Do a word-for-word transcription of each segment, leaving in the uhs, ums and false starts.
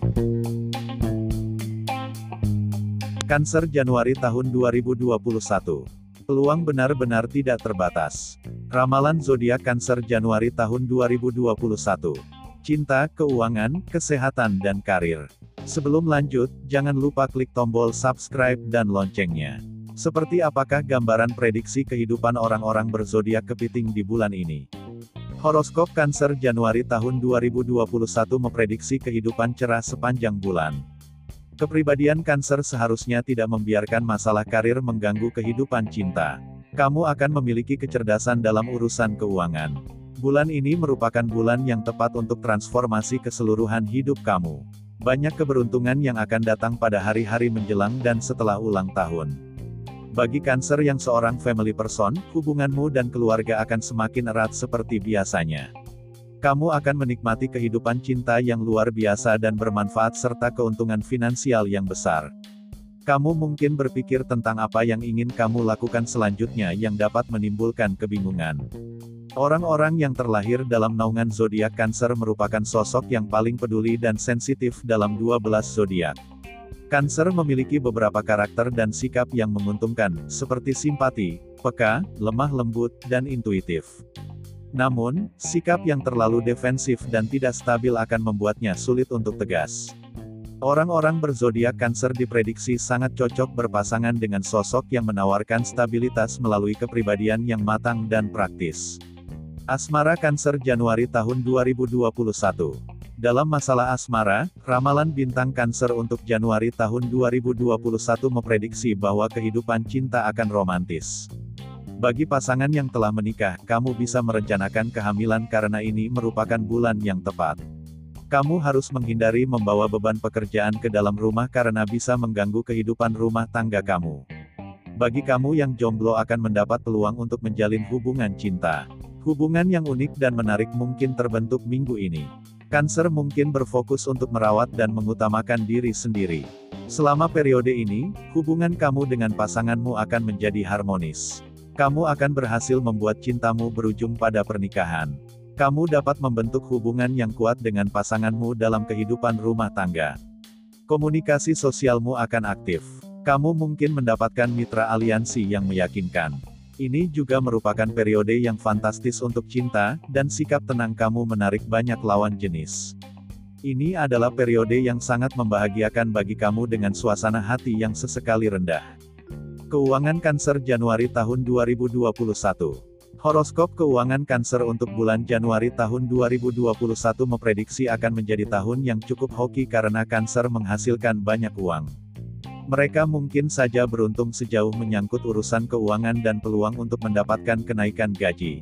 Cancer Januari tahun dua ribu dua puluh satu. Peluang benar-benar tidak terbatas. Ramalan zodiak Cancer Januari tahun dua ribu dua puluh satu. Cinta, keuangan, kesehatan dan karir. Sebelum lanjut, jangan lupa klik tombol subscribe dan loncengnya. Seperti apakah gambaran prediksi kehidupan orang-orang berzodiak kepiting di bulan ini? Horoskop Cancer Januari tahun dua ribu dua puluh satu memprediksi kehidupan cerah sepanjang bulan. Kepribadian Cancer seharusnya tidak membiarkan masalah karir mengganggu kehidupan cinta. Kamu akan memiliki kecerdasan dalam urusan keuangan. Bulan ini merupakan bulan yang tepat untuk transformasi keseluruhan hidup kamu. Banyak keberuntungan yang akan datang pada hari-hari menjelang dan setelah ulang tahun. Bagi Cancer yang seorang family person, hubunganmu dan keluarga akan semakin erat seperti biasanya. Kamu akan menikmati kehidupan cinta yang luar biasa dan bermanfaat serta keuntungan finansial yang besar. Kamu mungkin berpikir tentang apa yang ingin kamu lakukan selanjutnya yang dapat menimbulkan kebingungan. Orang-orang yang terlahir dalam naungan zodiak Cancer merupakan sosok yang paling peduli dan sensitif dalam dua belas zodiak. Cancer memiliki beberapa karakter dan sikap yang menguntungkan, seperti simpati, peka, lemah lembut, dan intuitif. Namun, sikap yang terlalu defensif dan tidak stabil akan membuatnya sulit untuk tegas. Orang-orang berzodiak Cancer diprediksi sangat cocok berpasangan dengan sosok yang menawarkan stabilitas melalui kepribadian yang matang dan praktis. Asmara Cancer Januari tahun dua ribu dua puluh satu. Dalam masalah asmara, ramalan bintang Cancer untuk Januari tahun dua ribu dua puluh satu memprediksi bahwa kehidupan cinta akan romantis. Bagi pasangan yang telah menikah, kamu bisa merencanakan kehamilan karena ini merupakan bulan yang tepat. Kamu harus menghindari membawa beban pekerjaan ke dalam rumah karena bisa mengganggu kehidupan rumah tangga kamu. Bagi kamu yang jomblo akan mendapat peluang untuk menjalin hubungan cinta. Hubungan yang unik dan menarik mungkin terbentuk minggu ini. Cancer mungkin berfokus untuk merawat dan mengutamakan diri sendiri. Selama periode ini, hubungan kamu dengan pasanganmu akan menjadi harmonis. Kamu akan berhasil membuat cintamu berujung pada pernikahan. Kamu dapat membentuk hubungan yang kuat dengan pasanganmu dalam kehidupan rumah tangga. Komunikasi sosialmu akan aktif. Kamu mungkin mendapatkan mitra aliansi yang meyakinkan. Ini juga merupakan periode yang fantastis untuk cinta, dan sikap tenang kamu menarik banyak lawan jenis. Ini adalah periode yang sangat membahagiakan bagi kamu dengan suasana hati yang sesekali rendah. Keuangan Cancer Januari tahun dua ribu dua puluh satu. Horoskop keuangan Cancer untuk bulan Januari tahun dua ribu dua puluh satu memprediksi akan menjadi tahun yang cukup hoki karena Cancer menghasilkan banyak uang. Mereka mungkin saja beruntung sejauh menyangkut urusan keuangan dan peluang untuk mendapatkan kenaikan gaji.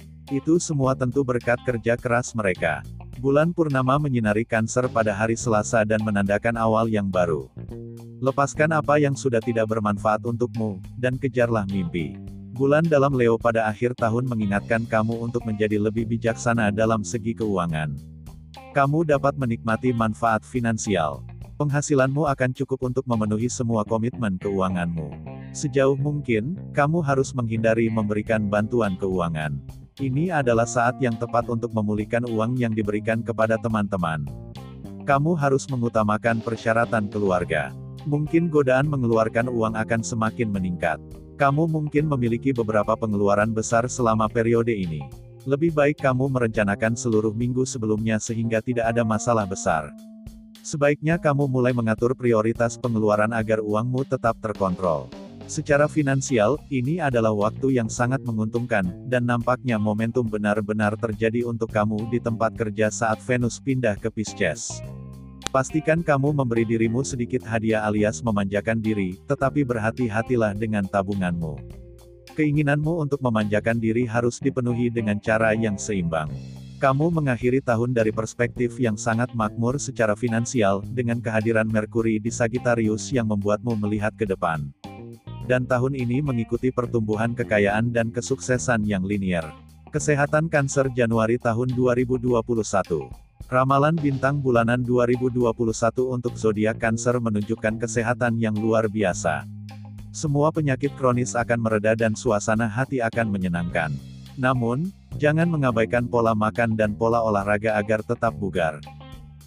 Itu semua tentu berkat kerja keras mereka. Bulan purnama menyinari Cancer pada hari Selasa dan menandakan awal yang baru. Lepaskan apa yang sudah tidak bermanfaat untukmu, dan kejarlah mimpi. Bulan dalam Leo pada akhir tahun mengingatkan kamu untuk menjadi lebih bijaksana dalam segi keuangan. Kamu dapat menikmati manfaat finansial. Penghasilanmu akan cukup untuk memenuhi semua komitmen keuanganmu. Sejauh mungkin, kamu harus menghindari memberikan bantuan keuangan. Ini adalah saat yang tepat untuk memulihkan uang yang diberikan kepada teman-teman. Kamu harus mengutamakan persyaratan keluarga. Mungkin godaan mengeluarkan uang akan semakin meningkat. Kamu mungkin memiliki beberapa pengeluaran besar selama periode ini. Lebih baik kamu merencanakan seluruh minggu sebelumnya sehingga tidak ada masalah besar. Sebaiknya kamu mulai mengatur prioritas pengeluaran agar uangmu tetap terkontrol. Secara finansial, ini adalah waktu yang sangat menguntungkan, dan nampaknya momentum benar-benar terjadi untuk kamu di tempat kerja saat Venus pindah ke Pisces. Pastikan kamu memberi dirimu sedikit hadiah alias memanjakan diri, tetapi berhati-hatilah dengan tabunganmu. Keinginanmu untuk memanjakan diri harus dipenuhi dengan cara yang seimbang. Kamu mengakhiri tahun dari perspektif yang sangat makmur secara finansial, dengan kehadiran Merkuri di Sagittarius yang membuatmu melihat ke depan. Dan tahun ini mengikuti pertumbuhan kekayaan dan kesuksesan yang linier. Kesehatan Cancer Januari tahun dua ribu dua puluh satu. Ramalan bintang bulanan dua ribu dua puluh satu untuk zodiak Cancer menunjukkan kesehatan yang luar biasa. Semua penyakit kronis akan mereda dan suasana hati akan menyenangkan. Namun, jangan mengabaikan pola makan dan pola olahraga agar tetap bugar.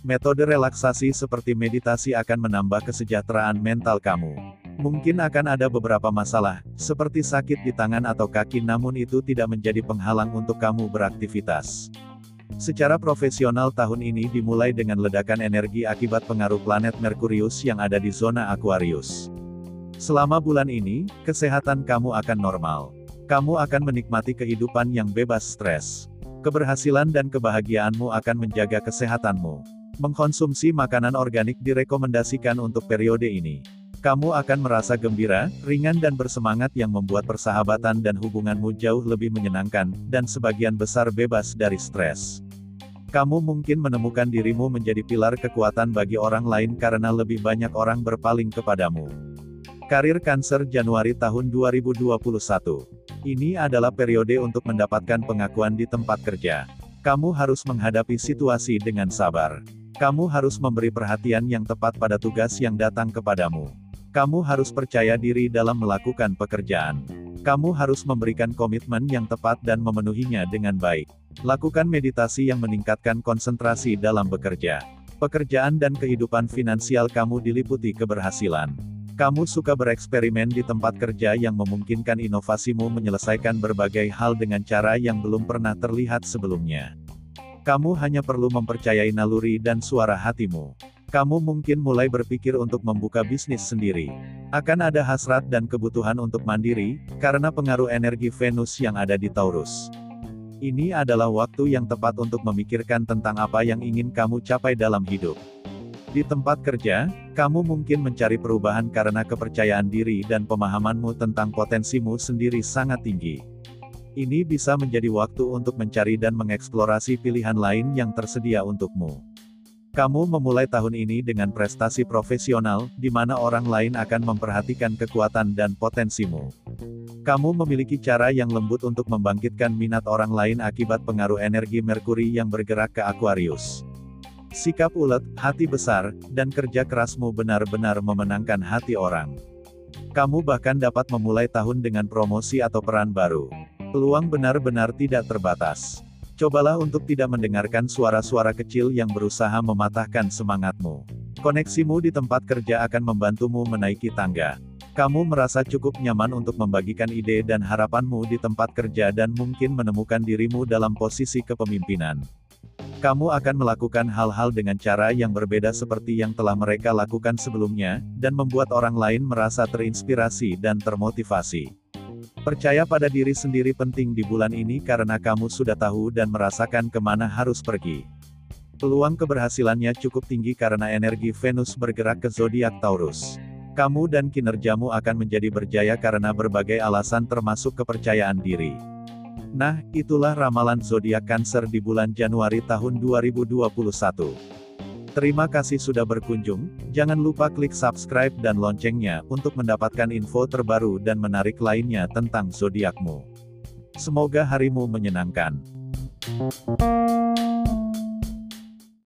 Metode relaksasi seperti meditasi akan menambah kesejahteraan mental kamu. Mungkin akan ada beberapa masalah, seperti sakit di tangan atau kaki, namun itu tidak menjadi penghalang untuk kamu beraktivitas. Secara profesional, tahun ini dimulai dengan ledakan energi akibat pengaruh planet Merkurius yang ada di zona Aquarius. Selama bulan ini, kesehatan kamu akan normal. Kamu akan menikmati kehidupan yang bebas stres. Keberhasilan dan kebahagiaanmu akan menjaga kesehatanmu. Mengkonsumsi makanan organik direkomendasikan untuk periode ini. Kamu akan merasa gembira, ringan dan bersemangat yang membuat persahabatan dan hubunganmu jauh lebih menyenangkan, dan sebagian besar bebas dari stres. Kamu mungkin menemukan dirimu menjadi pilar kekuatan bagi orang lain karena lebih banyak orang berpaling kepadamu. Karir Cancer Januari tahun dua ribu dua puluh satu. Ini adalah periode untuk mendapatkan pengakuan di tempat kerja. Kamu harus menghadapi situasi dengan sabar. Kamu harus memberi perhatian yang tepat pada tugas yang datang kepadamu. Kamu harus percaya diri dalam melakukan pekerjaan. Kamu harus memberikan komitmen yang tepat dan memenuhinya dengan baik. Lakukan meditasi yang meningkatkan konsentrasi dalam bekerja. Pekerjaan dan kehidupan finansial kamu diliputi keberhasilan. Kamu suka bereksperimen di tempat kerja yang memungkinkan inovasimu menyelesaikan berbagai hal dengan cara yang belum pernah terlihat sebelumnya. Kamu hanya perlu mempercayai naluri dan suara hatimu. Kamu mungkin mulai berpikir untuk membuka bisnis sendiri. Akan ada hasrat dan kebutuhan untuk mandiri, karena pengaruh energi Venus yang ada di Taurus. Ini adalah waktu yang tepat untuk memikirkan tentang apa yang ingin kamu capai dalam hidup. Di tempat kerja, kamu mungkin mencari perubahan karena kepercayaan diri dan pemahamanmu tentang potensimu sendiri sangat tinggi. Ini bisa menjadi waktu untuk mencari dan mengeksplorasi pilihan lain yang tersedia untukmu. Kamu memulai tahun ini dengan prestasi profesional, di mana orang lain akan memperhatikan kekuatan dan potensimu. Kamu memiliki cara yang lembut untuk membangkitkan minat orang lain akibat pengaruh energi Merkuri yang bergerak ke Aquarius. Sikap ulet, hati besar, dan kerja kerasmu benar-benar memenangkan hati orang. Kamu bahkan dapat memulai tahun dengan promosi atau peran baru. Peluang benar-benar tidak terbatas. Cobalah untuk tidak mendengarkan suara-suara kecil yang berusaha mematahkan semangatmu. Koneksimu di tempat kerja akan membantumu menaiki tangga. Kamu merasa cukup nyaman untuk membagikan ide dan harapanmu di tempat kerja dan mungkin menemukan dirimu dalam posisi kepemimpinan. Kamu akan melakukan hal-hal dengan cara yang berbeda seperti yang telah mereka lakukan sebelumnya, dan membuat orang lain merasa terinspirasi dan termotivasi. Percaya pada diri sendiri penting di bulan ini karena kamu sudah tahu dan merasakan kemana harus pergi. Peluang keberhasilannya cukup tinggi karena energi Venus bergerak ke zodiak Taurus. Kamu dan kinerjamu akan menjadi berjaya karena berbagai alasan termasuk kepercayaan diri. Nah, itulah ramalan zodiak Cancer di bulan Januari tahun dua ribu dua puluh satu. Terima kasih sudah berkunjung, jangan lupa klik subscribe dan loncengnya untuk mendapatkan info terbaru dan menarik lainnya tentang zodiakmu. Semoga harimu menyenangkan.